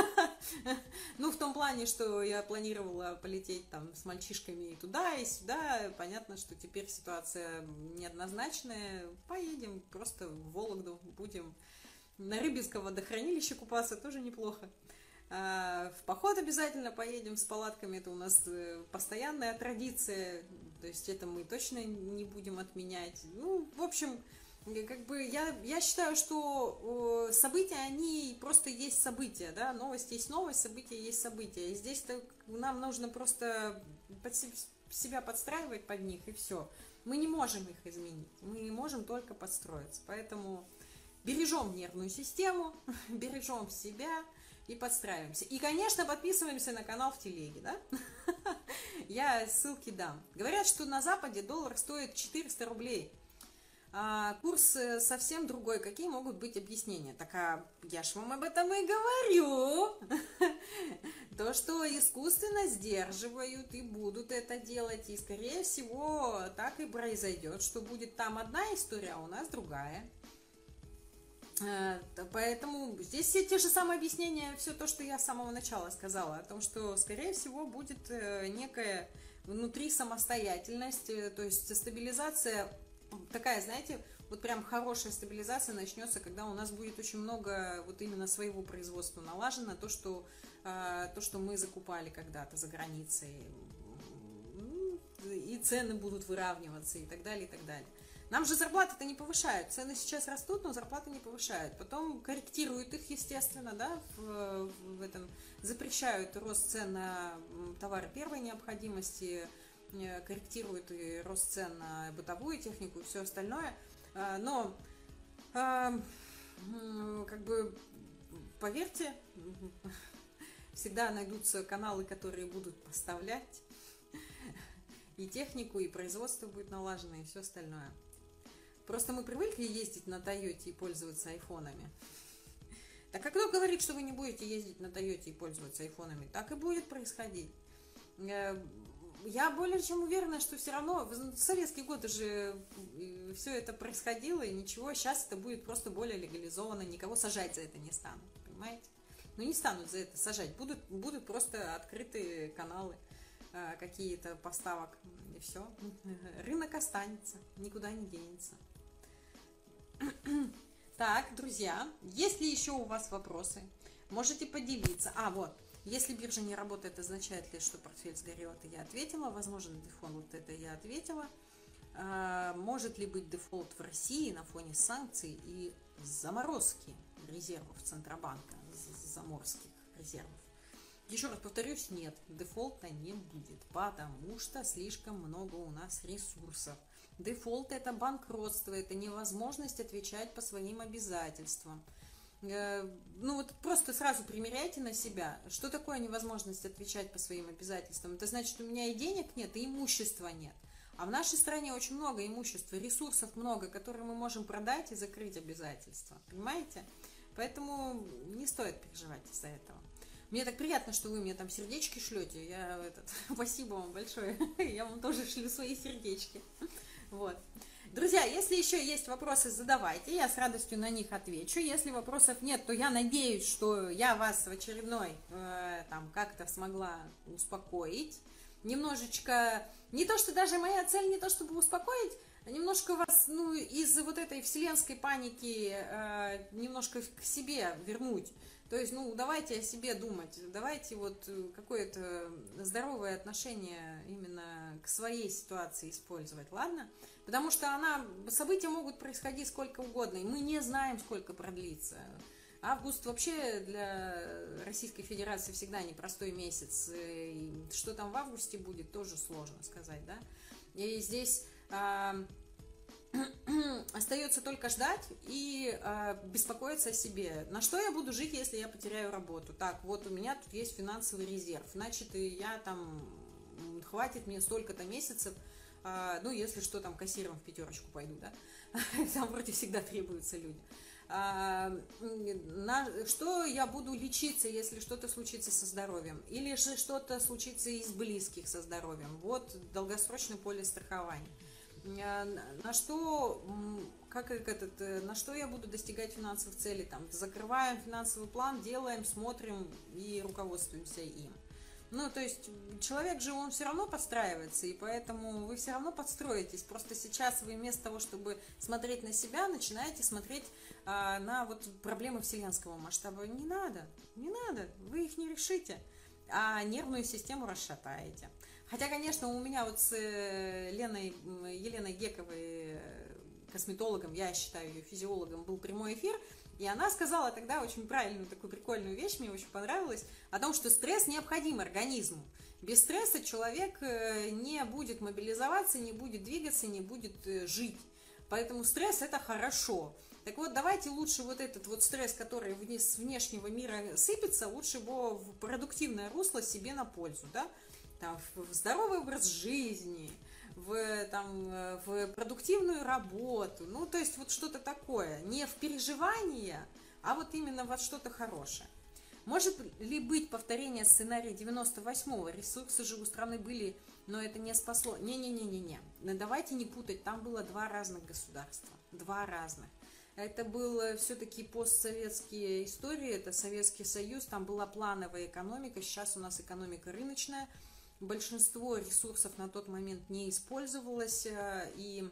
Ну, в том плане, что я планировала полететь там с мальчишками и туда, и сюда. Понятно, что теперь ситуация неоднозначная. Поедем просто в Вологду, будем на Рыбинском водохранилище купаться, тоже неплохо. В поход обязательно поедем с палатками, это у нас постоянная традиция, то есть это мы точно не будем отменять. Ну, в общем, как бы я, я считаю, что события, они просто есть события, да, новость есть новость, события есть события. И здесь нам нужно просто под себя подстраивать под них, и все. Мы не можем их изменить, мы можем только подстроиться. Поэтому бережем нервную систему, бережем себя и подстраиваемся. И, конечно, подписываемся на канал в телеге, да? Я ссылки дам. Говорят, что на Западе доллар стоит четыреста рублей. А курс совсем другой. Какие могут быть объяснения? Так, а я ж вам об этом и говорю. То, что искусственно сдерживают и будут это делать. И, скорее всего, так и произойдет, что будет там одна история, а у нас другая. Поэтому здесь все те же самые объяснения, все то, что я с самого начала сказала, о том, что, скорее всего, будет некая внутри самостоятельность, то есть стабилизация такая, знаете, вот прям хорошая стабилизация начнется, когда у нас будет очень много вот именно своего производства налажено, то, что, то, что мы закупали когда-то за границей, и цены будут выравниваться и так далее, и так далее. Нам же зарплаты-то не повышают, цены сейчас растут, но зарплаты не повышают. Потом корректируют их, естественно, да, в, в этом, запрещают рост цен на товары первой необходимости, корректируют и рост цен на бытовую технику и все остальное. Но, как бы, поверьте, всегда найдутся каналы, которые будут поставлять, и технику, и производство будет налажено, и все остальное. Просто мы привыкли ездить на Тойоте и пользоваться айфонами. Так а кто говорит, что вы не будете ездить на Тойоте и пользоваться айфонами? Так и будет происходить. Я более чем уверена, что все равно в советские годы же все это происходило, и ничего, сейчас это будет просто более легализовано, никого сажать за это не станут, понимаете? Ну не станут за это сажать, будут, будут просто открытые каналы какие-то поставок, и все. Рынок останется, никуда не денется. Так, друзья, есть ли еще у вас вопросы? Можете поделиться. А, вот, если биржа не работает, означает ли, что портфель сгорел? Это я ответила. Возможно, дефолт, это я ответила. А, может ли быть дефолт в России на фоне санкций и заморозки резервов Центробанка, заморских резервов? Еще раз повторюсь, нет, дефолта не будет, потому что слишком много у нас ресурсов. Дефолт – это банкротство, это невозможность отвечать по своим обязательствам. Ну вот просто сразу примеряйте на себя, что такое невозможность отвечать по своим обязательствам. Это значит, у меня и денег нет, и имущества нет. А в нашей стране очень много имущества, ресурсов много, которые мы можем продать и закрыть обязательства. Понимаете? Поэтому не стоит переживать из-за этого. Мне так приятно, что вы мне там сердечки шлете. Я этот, спасибо вам большое. Я вам тоже шлю свои сердечки. Вот. Друзья, если еще есть вопросы, задавайте, я с радостью на них отвечу. Если вопросов нет, то я надеюсь, что я вас в очередной э, там как-то смогла успокоить. Немножечко, не то что даже моя цель не то чтобы успокоить, а немножко вас, ну, из вот этой вселенской паники э, немножко к себе вернуть. То есть, ну, давайте о себе думать, давайте вот какое-то здоровое отношение именно к своей ситуации использовать, ладно? Потому что она, события могут происходить сколько угодно, и мы не знаем, сколько продлится. Август вообще для Российской Федерации всегда непростой месяц. И что там в августе будет, тоже сложно сказать, да? И здесь... А, остается только ждать и э, беспокоиться о себе. На что я буду жить, если я потеряю работу? Так, вот у меня тут есть финансовый резерв. Значит, я там, хватит мне столько-то месяцев, э, ну, если что, там, кассиром в пятерочку пойду, да? Там вроде всегда требуются люди. А, на, что я буду лечиться, если что-то случится со здоровьем? Или же что-то случится из близких со здоровьем? Вот долгосрочный полис страхования. На что, как этот, на что я буду достигать финансовых целей? Там, закрываем финансовый план, делаем, смотрим и руководствуемся им. Ну, то есть человек же, он все равно подстраивается, и поэтому вы все равно подстроитесь. Просто сейчас вы вместо того, чтобы смотреть на себя, начинаете смотреть а, на вот проблемы вселенского масштаба. Не надо, не надо, вы их не решите, а нервную систему расшатаете. Хотя, конечно, у меня вот с Леной, Еленой Гековой, косметологом, я считаю ее физиологом, был прямой эфир, и она сказала тогда очень правильную, такую прикольную вещь, мне очень понравилось, о том, что стресс необходим организму. Без стресса человек не будет мобилизоваться, не будет двигаться, не будет жить. Поэтому стресс – это хорошо. Так вот, давайте лучше вот этот вот стресс, который с внешнего мира сыпется, лучше его в продуктивное русло себе на пользу, да? Там, в здоровый образ жизни, в, там, в продуктивную работу, ну, то есть вот что-то такое, не в переживания, а вот именно во что-то хорошее. Может ли быть повторение сценария девяносто восьмого? Ресурсы же у страны были, но это не спасло. Не-не-не-не-не, давайте не путать, там было два разных государства, два разных. Это было все-таки постсоветские истории, это Советский Союз, там была плановая экономика, сейчас у нас экономика рыночная. Большинство ресурсов на тот момент не использовалось, и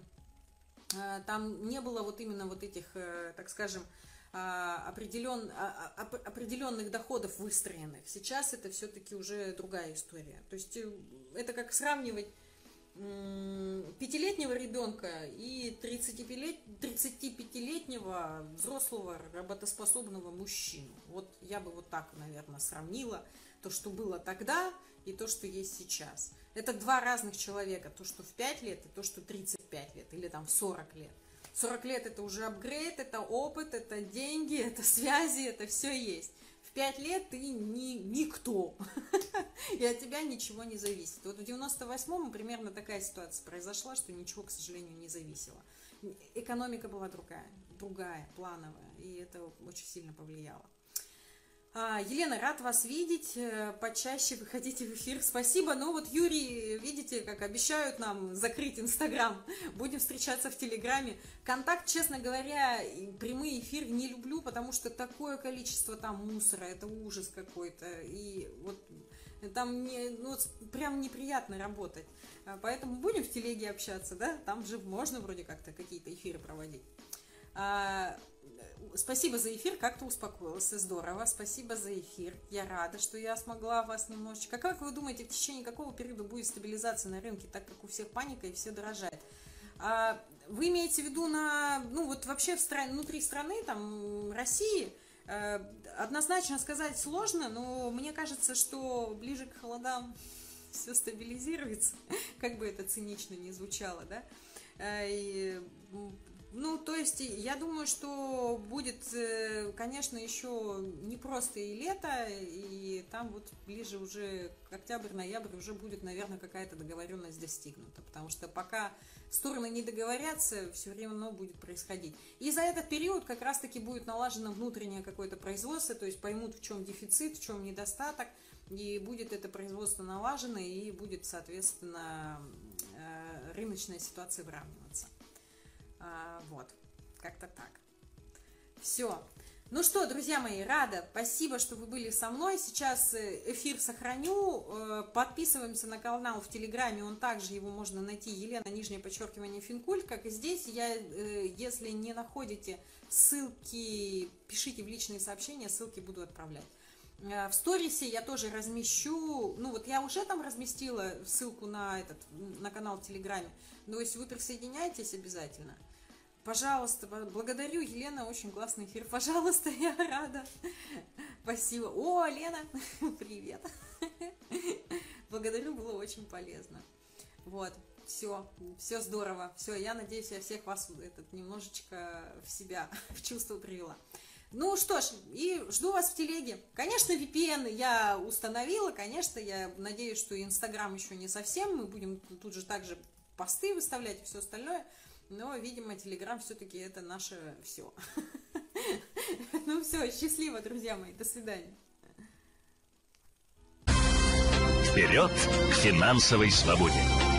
там не было вот именно вот этих, так скажем, определен, определенных доходов выстроенных. Сейчас это все-таки уже другая история. То есть это как сравнивать пятилетнего ребенка и тридцатипятилетнего взрослого работоспособного мужчину. Вот я бы вот так, наверное, сравнила то, что было тогда, и то, что есть сейчас. Это два разных человека. То, что в пять лет, и то, что тридцать пять лет, или там в сорок лет. сорок лет это уже апгрейд, это опыт, это деньги, это связи, это все есть. В пять лет ты ни, никто, и от тебя ничего не зависит. Вот в девяносто восьмом примерно такая ситуация произошла, что ничего, к сожалению, не зависело. Экономика была другая, другая, плановая, и это очень сильно повлияло. Елена, рад вас видеть, почаще выходите в эфир, спасибо. Ну вот Юрий, видите, как обещают нам закрыть Инстаграм, будем встречаться в Телеграме. Контакт, честно говоря, прямой эфир не люблю, потому что такое количество там мусора, это ужас какой-то, и вот там не, ну, прям неприятно работать. Поэтому будем в Телеге общаться, да, там же можно вроде как-то какие-то эфиры проводить. Спасибо за эфир, как-то успокоился, здорово, спасибо за эфир, я рада, что я смогла вас немножечко. Как вы думаете, в течение какого периода будет стабилизация на рынке, так как у всех паника и все дорожает? Вы имеете в виду на, ну вот вообще в стране, внутри страны, там, России, однозначно сказать сложно, но мне кажется, что ближе к холодам все стабилизируется, как бы это цинично не звучало, да? И, ну, то есть, я думаю, что будет, конечно, еще не просто и лето, и там вот ближе уже к октябрь-ноябрь уже будет, наверное, какая-то договоренность достигнута, потому что пока стороны не договорятся, все время будет происходить. И за этот период как раз-таки будет налажено внутреннее какое-то производство, то есть поймут, в чем дефицит, в чем недостаток, и будет это производство налажено, и будет, соответственно, рыночная ситуация выравниваться. А, вот, как-то так. Все. Ну что, друзья мои, рада. Спасибо, что вы были со мной. Сейчас эфир сохраню. Подписываемся на канал в Телеграме. Он также, его можно найти. Елена, нижнее подчеркивание, Финкульт. Как и здесь. Я, если не находите ссылки, пишите в личные сообщения. Ссылки буду отправлять. В сторисе я тоже размещу. Ну вот я уже там разместила ссылку на, этот, на канал в Телеграме. Но если вы присоединяйтесь обязательно. Пожалуйста, благодарю, Елена, очень классный эфир. Пожалуйста, я рада. Спасибо. О, Лена, привет. Благодарю, было очень полезно. Вот, все, все здорово. Все, я надеюсь, я всех вас этот, немножечко в себя, в чувство привела. Ну что ж, и жду вас в телеге. Конечно, ви пи эн я установила, конечно, я надеюсь, что Инстаграм еще не совсем. Мы будем тут же также посты выставлять и все остальное. Но, видимо, Телеграм все-таки это наше все. Ну все, счастливо, друзья мои, до свидания. Вперед к финансовой свободе!